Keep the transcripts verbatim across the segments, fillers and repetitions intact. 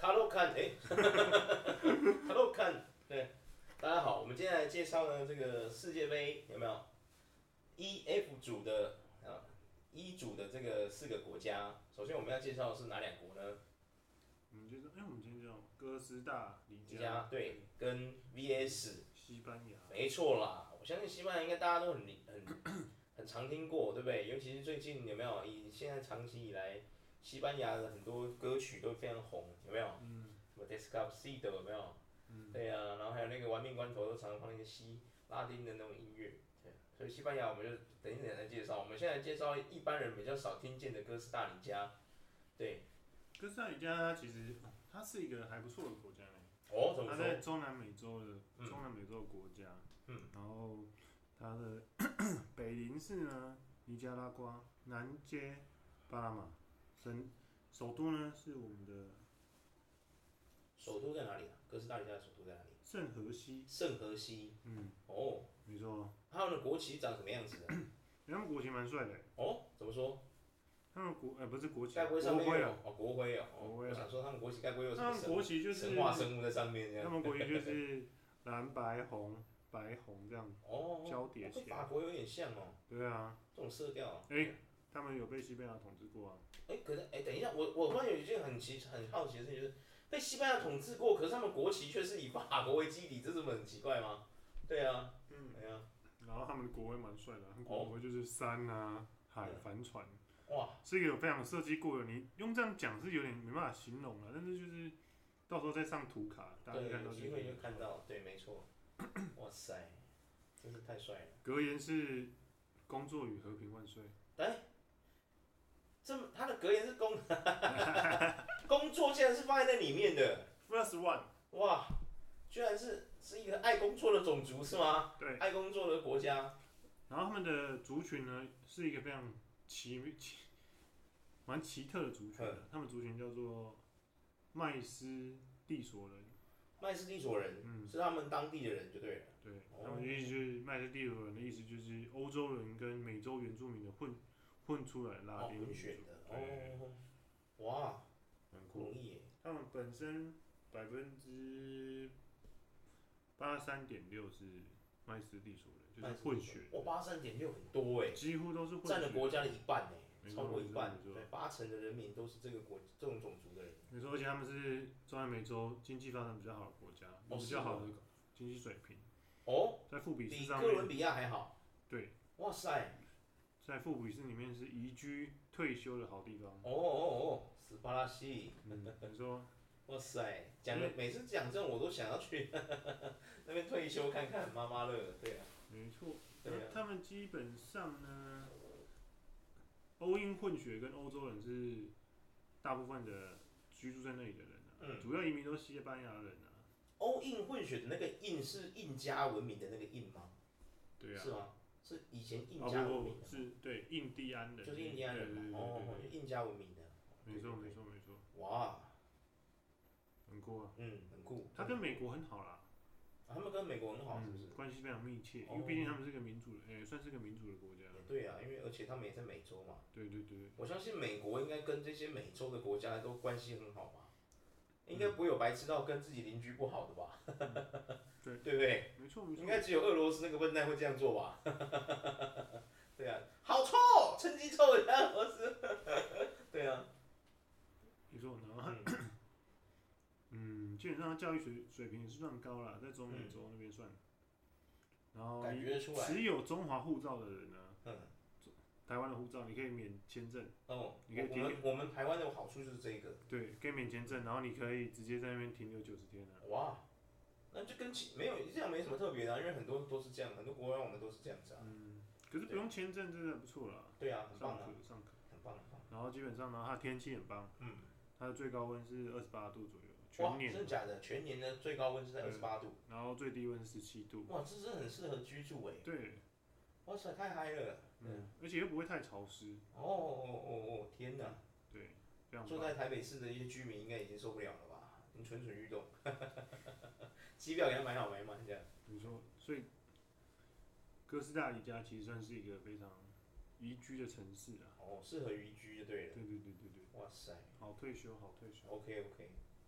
卡洛坎，哎，卡洛坎，对，大家好，我们今天来介绍呢这个世界杯有没有 E F 组的啊 E 组的这个四个国家。首先我们要介绍的是哪两国呢？ 我们就是，哎、我们今天叫哥斯达黎加加对，跟 V S 西班牙， 没错啦，我相信西班牙应该大家都很很很常听过，对不对？尤其是最近有没有？以现在长期以来，西班牙的很多歌曲都非常红，有没有？ 嗯什么 Despacito 有没有？ 嗯， 对啊，然后还有那个玩命关头都常常放一些西拉丁的那种音乐。对，所以西班牙我们就等一等来介绍。我们现在介绍一般人比较少听见的哥斯达黎加。对， 哥斯达黎加它其实它是一个还不错的国家呢， 哦，怎么它在说？ 中南美洲的嗯中南美洲的国家， 嗯， 然后它的北邻是呢尼加拉瓜，南接巴拿马，省首都呢是我们的首都在哪里啊？哥斯达黎加的首都在哪里？ 圣荷西， 圣荷西。 嗯， 哦， 没错， 他们的国旗长什么样子啊？ 他们国旗蛮帅的， 哦，怎么说？ 他们国呃不是国旗， 该不会上国徽啊， 面有哦国徽哦？哦， 国徽啊我想说他们国旗该不会有什他们么神国旗就是神话生物在上面这样？ 他们国旗就是蓝白红白红这样哦， 交叠起来。 跟法国有点像哦， 对啊， 这种色调啊。 哎、他们有被西班牙统治过啊。 哎、可是哎、等一下，我我突然有一件很奇很好奇的事情，就是被西班牙统治过，可是他们国旗却是以法国为基底，这是不是很奇怪吗？对啊， 嗯， 对啊， 然后他们的国徽蛮帅的，他们国徽就是山啊、海、帆船， 哇， 是一个有非常设计过的。你用这样讲是有点没办法形容了，但是就是到时候再上图卡，大家对， 就看到有机会就就看到，对，没错，哇塞，真是太帅了。 格言是工作与和平万岁。 哎、这么他的格言是工工作，竟然是放在那里面的， First one， 哇，居然是是一个爱工作的种族是吗？ 对。 爱工作的国家， 然后他们的族群呢是一个非常奇奇蛮奇特的族群的，他们族群叫做麦斯蒂索人。 麦斯蒂索人、 嗯是他们当地的人就对了。 对， 哦他们的意思就是麦斯蒂索人的意思就是欧洲人跟美洲原住民的混混出来的拉哦， 丁民族。 混血的对， 哦，哇， 很酷。 不容易耶。 他们本身百分之八十三点六是麦斯蒂索人，就是混血， 哇，八三点六很多哎， 几乎都是混血。 占了国家的一半哎， 没错超过一半， 没错对，八成的人民都是这个国这种种族的人。 没错，而且他们是中南美洲经济发展比较好的国家，有比较好的经济水平。 哦， 在富比士比上面， 哥伦比亚还好。 对， 哇塞， 在富比士里面是宜居退休的好地方。 哦哦哦，斯巴拉西， 嗯，你说哇塞，讲的每次讲这种我都想要去那边退休看看，妈妈乐，对啊， 没错， 对啊那他们基本上呢，欧英混血跟欧洲人是大部分的居住在那里的人啊， 嗯主要移民都是西班牙人啊。 欧印混血的那个印是印加文明的那个印吗？ 对啊， 是吗？是以前印啊加文不不不， 明的吗？ 是对印第安人， 就是印第安人对对嘛，哦， 对对就印加文明的。 对，没错对没错没错， 哇， 很酷啊。 嗯，很酷。 他跟美国很好啦， 啊他们跟美国很好，是不是？ 嗯，关系非常密切， 哦因为毕竟他们是个民主，诶、算是个民主的国家。 也对啊，因为而且他们也在美洲嘛， 对对对对， 我相信美国应该跟这些美洲的国家都关系很好吧，应该不会有白痴到跟自己邻居不好的吧？ 对对不对？ 没错没错应。该只有俄罗斯那个笨蛋会这样做吧？对啊，好臭，趁机臭人家俄罗斯。对啊， 没错，然后嗯， 嗯，基本上教育水水平也是算高啦，在中美洲那边算。然后感觉得出来。 持有中华护照的人呢， 嗯， 台湾的护照你可以免签证， 哦， 你可以我们我们台湾的好处就是这个， 对，可以免签证，然后你可以直接在那边停留九十天啊。 哇，那就跟其没有这样没什么特别的、啊，因为很多都是这样，很多国外我们都是这样子啊。 嗯，可是不用签证真的不错啦， 对啊，很棒上啊， 课上课， 很棒很棒。 然后基本上呢，它的天气很棒， 嗯， 它的最高温是二十八度左右， 哇， 全年真的，假的？全年的最高温是在二十八度， 然后最低温是十七度， 哇，这真的很适合居住哎。 对， 哇塞，太嗨了。 嗯，而且又不会太潮湿， 哦哦哦哦，天哪！ 对，非常棒。 住在台北市的一些居民应该已经受不了了吧？已经蠢蠢欲动，机票给他买好买满这样。 你说，所以哥斯达黎加其实算是一个非常宜居的城市啊。 哦，适合宜居就对了。 对对对对对， 哇塞好退休，好退休。 ，OK OK。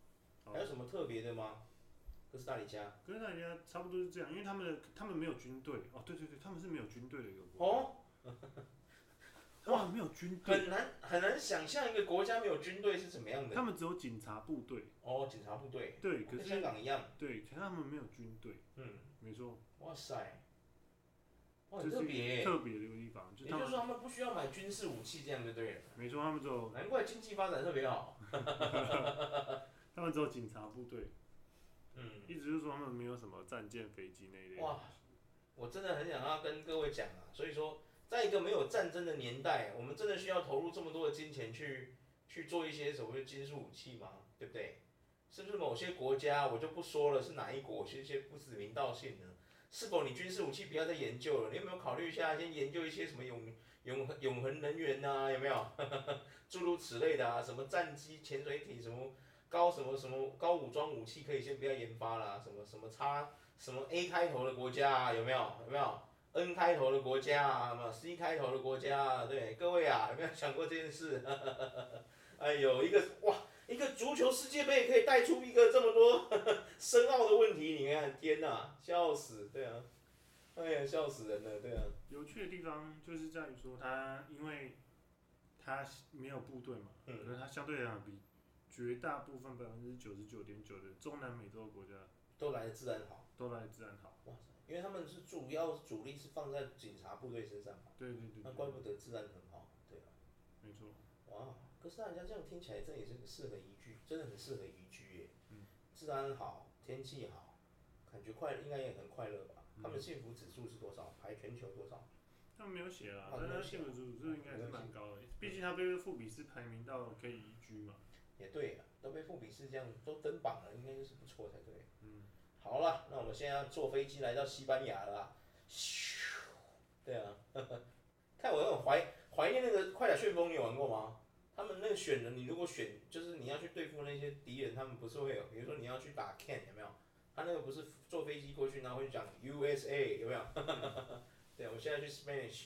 还有什么特别的吗？哥斯达黎加。 哥斯达黎加差不多是这样，因为他们的他们没有军队哦，对对对，他们是没有军队的一个国家。 哦， 他们没有军队， 很难很难想象一个国家没有军队是怎么样的。 他们只有警察部队。 哦，警察部队。 对，可是跟香港一样。 对，可是他们没有军队。 嗯， 没错。 哇塞，哇，很这是特别。 特别的一个地方，就也就是说他们不需要买军事武器，这样就对了。 没错，他们只有。 难怪经济发展特别好。 他们只有警察部队。 嗯， 意思就是说他们没有什么战舰、飞机那一类。 哇，我真的很想要跟各位讲啊，所以说，在一个没有战争的年代，我们真的需要投入这么多的金钱去去做一些所谓的军事武器吗？对不对？是不是某些国家我就不说了是哪一国，是一些不指名道姓的？是否你军事武器不要再研究了？你有没有考虑一下，先研究一些什么永永恒永恒能源呐、啊？有没有？诸如此类的啊，什么战机、潜水艇，什么高什么什么高武装武器可以先不要研发啦，什么什么叉什么 A 开头的国家啊，有没有？有没有 ？N 开头的国家啊，有没有 C 开头的国家啊？对，各位啊，有没有想过这件事？哎呦，一个哇！一个足球世界杯可以带出一个这么多深奥的问题，你看，天哪，笑死，对啊，哎呀，笑死人了，对啊。 有趣的地方就是在于说，他因为他没有部队嘛， 嗯， 可是他相对来讲比绝大部分百分之九十九点九的中南美洲国家都来的自然好， 都来自然好。 哇塞，因为他们是主要主力是放在警察部队身上嘛， 对对对那怪不得自然很好，对啊。 没错。 哇，哥斯达黎加这样听起来，这也是个适合宜居，真的很适合宜居耶。 嗯， 治安好，天气好，感觉快应该也很快乐吧？他们的幸福指数是多少？排全球多少？ 他们没有写啊， 哦但他幸福指数应该是蛮高的，毕竟他被富比士排名到可以宜居嘛。 也对啊，都被富比士这样都登榜了，应该就是不错才对。 嗯， 好了，那我们现在要坐飞机来到西班牙了啦。咻，对啊，看我有很怀怀念那个快打旋风，你有玩过吗？他们那个选人，你如果选就是你要去对付那些敌人，他们不是会有，比如说你要去打 Ken 有没有？他那个不是坐飞机过去，然后会讲 U S A 有没有？对，我现在去 Spanish，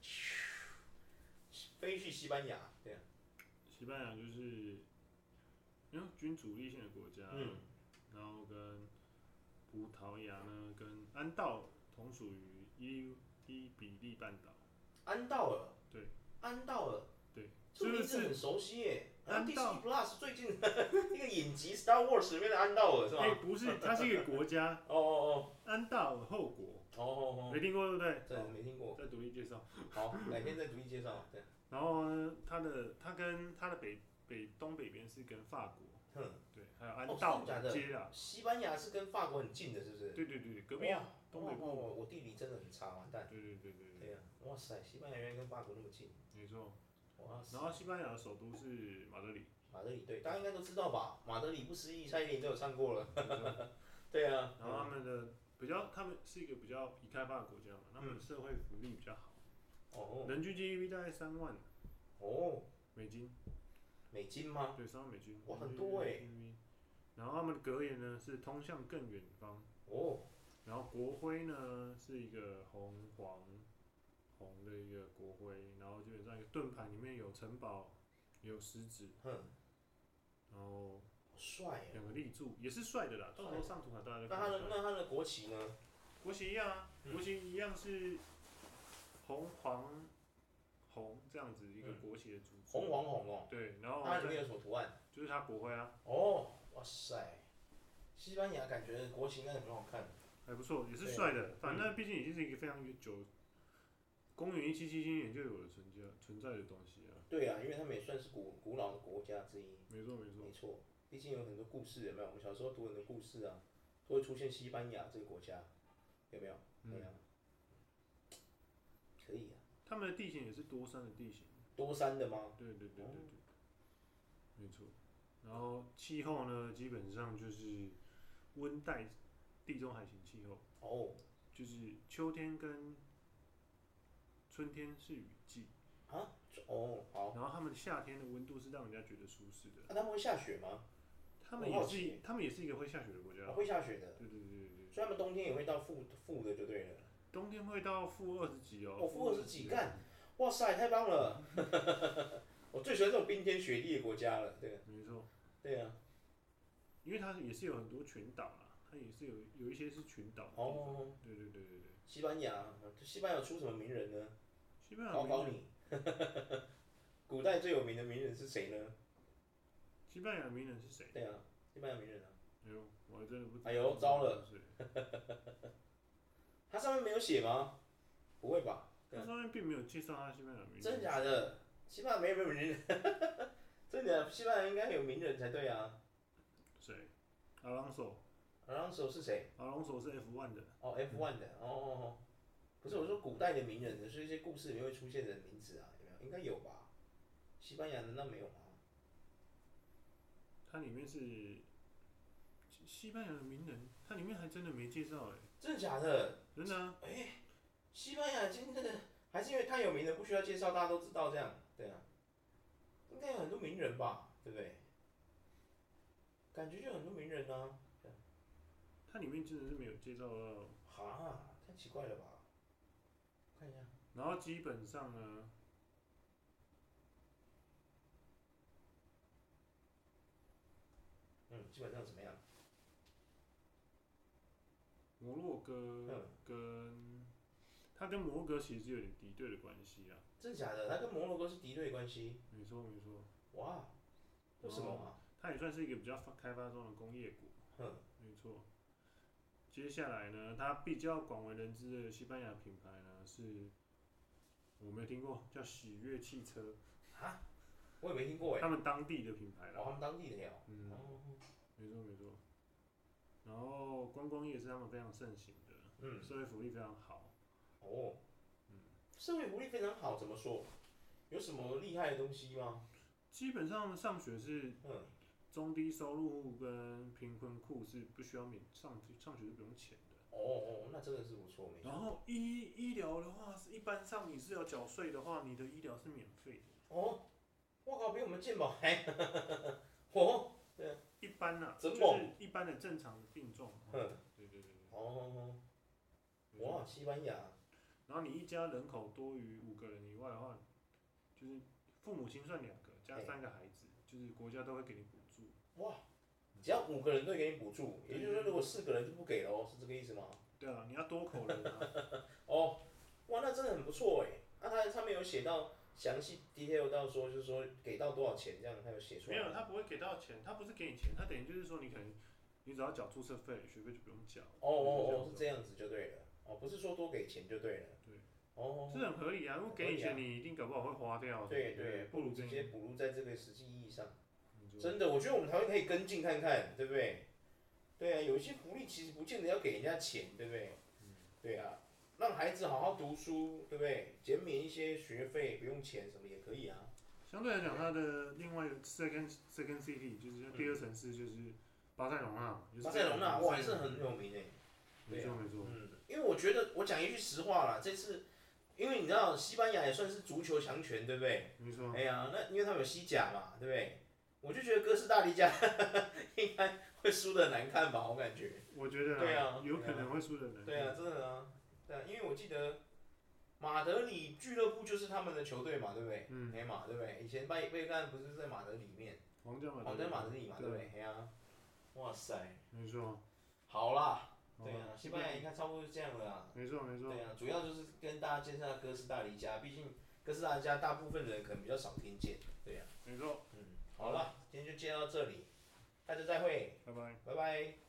飞去西班牙，对啊。 西班牙就是，因为君主立宪的国家， 嗯， 然后跟葡萄牙呢，跟安道尔同属于伊伊比利半岛。 安道尔。 对。 安道尔。 对。 这个名字很熟悉耶。 安道 Disney Plus 最近一个影集《Star Wars》里面的安道尔是吗？ 哎、欸，不是，它是一个国家。 哦哦哦。 安道尔后国。 哦哦哦。 没听过对不对？ 对，没听过。 再独立介绍。 好，哪天再独立介绍。对。 然后呢，它的它跟它的北北东北边是跟法国。 哼。 对，还有安道尔街啊。 西班牙是跟法国很近的，是不是？ 对对对，隔壁啊，东北部。 我地理真的很差，完蛋。 对对对对对。对啊，哇塞，西班牙原来跟法国那么近。 没错。 哇塞。 然后西班牙的首都是马德里。 马德里对，大家应该都知道吧？马德里不思议，蔡依林都有唱过了。对啊。 然后他们的比较，他们是一个比较已开发的国家嘛，他们社会福利比较好。 哦。 人均 G D P 大概三万。 哦。 美金。 美金吗？ 对，三万美金。 哇，很多哎、 欸。然后他们的格言呢是通向更远方。 哦。 然后国徽呢是一个红黄红的一个国徽，然后基本上一个盾牌里面有城堡，有狮子。 哼。 然后。 帅哦。 两个立柱也是帅的啦，到时候上图卡大家就看。 那他的那他的国旗呢？ 国旗一样啊，国旗一样是红黄红这样子一个国旗的组织。 红黄红哦。 对，然后它里面有什么图案？ 就是它国徽啊。 哦，哇塞，西班牙感觉国旗应该很好看。 还不错，也是帅的。反正毕竟已经是一个非常久，公元一七七七年就有了存在存在的东西啊。 对啊，因为他们也算是古古老的国家之一。 没错没错。 没错，毕竟有很多故事，有没有？我们小时候读很多故事啊，都会出现西班牙这个国家，有没有？对啊。可以啊。 他们的地形也是多山的地形。 多山的吗？ 对对对对对。没错。然后气候呢，基本上就是温带地中海型气候。 哦。 就是秋天跟春天是雨季。 啊？哦，好。 然后他们的夏天的温度是让人家觉得舒适的。 那、啊、他们会下雪吗？ 他们也是，他们也是一个会下雪的国家。 啊、会下雪的。 对对对对对。 所以他们冬天也会到负负的就对了。 冬天会到负二十几哦。 哦，负二十几干，哇塞，太棒了！我最喜欢这种冰天雪地的国家了，对。 没错。 对啊。 因为它也是有很多群岛啦，它也是有有一些是群岛的地方。 哦， 对对对对对。 西班牙，西班牙有出什么名人呢？ 西班牙考考名人， 你，古代最有名的名人是谁呢？ 西班牙名人是谁？ 对啊，西班牙名人啊。 哎呦，我还真的不知道。 哎呦，糟了， 是谁它上面没有写吗？不会吧？ 它上面并没有介绍他西班牙名人。 真假的？西班牙没有没有名人，真的，西班牙应该有名人才对啊。 谁？阿朗索。 阿朗索是谁？ 阿朗索是 F 一 的。 哦，F 一 的，哦哦哦，不是我说古代的名人，是一些故事里面会出现的名字啊，有没有？应该有吧？西班牙难道没有吗？ 它里面是西班牙的名人，它里面还真的没介绍哎。 真的假的？ 真的啊。 哎，西班牙真的还是因为太有名了，不需要介绍，大家都知道这样，对啊，应该有很多名人吧，对不对？感觉就有很多名人啊。 它里面真的是没有介绍到。 哈，太奇怪了吧？看一下。 然后基本上呢， 嗯，基本上怎么样？ 摩洛哥跟它跟摩洛哥其实有点敌对的关系啊。 真假的？他跟摩洛哥是敌对关系？ 没错没错。 哇，为什么啊？ 它也算是一个比较开发中的工业国。 嗯， 没错。接下来呢，它比较广为人知的西班牙品牌呢是，我没听过，叫喜悦汽车。 啊？我也没听过哎。 他们当地的品牌啦。 哦，他们当地的呀。 嗯。 哦。 没错没错。然后观光业是他们非常盛行的， 嗯， 社会福利非常好。 哦。嗯。社会福利非常好，怎么说？有什么厉害的东西吗？ 基本上他们上学是， 嗯。 中低收入户跟贫困户是不需要免上上学是不用钱的。 哦哦，那真的是不错，没错。 然后医医疗的话，是一般上你是要缴税的话，你的医疗是免费的。 哦，我靠，比我们健保还，哦，对。 一般啊， 真猛就是一般的正常的病状。 嗯。 对对对对。 哦。哇，西班牙。 然后你一家人口多于五个人以外的话，就是父母亲算两个加三个孩子，就是国家都会给你补助。 哇，只要五个人都会给你补助，也就是说如果四个人就不给了哦，是这个意思吗？ 对啊，你要多口人啊。 哦，哇，那真的很不错哎。那他他没有写到详细 detail 到说，就是说给到多少钱这样，他有写出来。 没有，他不会给到钱，他不是给你钱，他等于就是说你可能你只要缴注册费，学费就不用缴。 哦哦哦，是这样子就对了。哦，不是说多给钱就对了。 对。 哦。 这很合理啊，因为给你钱你一定搞不好会花掉。 对对， 不如直接补入在这个实际意义上。 嗯、 真的，我觉得我们台湾可以跟进看看，对不对？对啊，有一些福利其实不见得要给人家钱，对不对？嗯、对啊，让孩子好好读书，对不对？减免一些学费，不用钱什么也可以啊。 相对来讲，它的另外一个 second second city 就是第二城市就是巴塞隆纳。 巴塞隆纳哇，也是很有名诶。 没错没错。 嗯，因为我觉得我讲一句实话啦，这次。因为你知道西班牙也算是足球强权，对不对？ 没错。 哎呀，那因为他们有西甲嘛，对不对？我就觉得哥斯达黎加应该会输得难看吧，我感觉。 我觉得啊。 对啊。 有可能会输得难看。 对啊，真的啊。对啊，因为我记得马德里俱乐部就是他们的球队嘛，对不对？嗯。哎嘛，对不对？以前贝贝干不是在马德里面。 皇家马德里。 皇家马德里嘛，对不对？哎呀。哇塞。 没错。 好啦。对啊，西班牙应该差不多是这样的啦。 没错没错。 对啊，主要就是跟大家介绍哥斯达黎加，毕竟哥斯达黎加大部分人可能比较少听见。对啊。 没错。 嗯，好了，今天就介绍到这里，大家再会。 拜拜。 拜拜。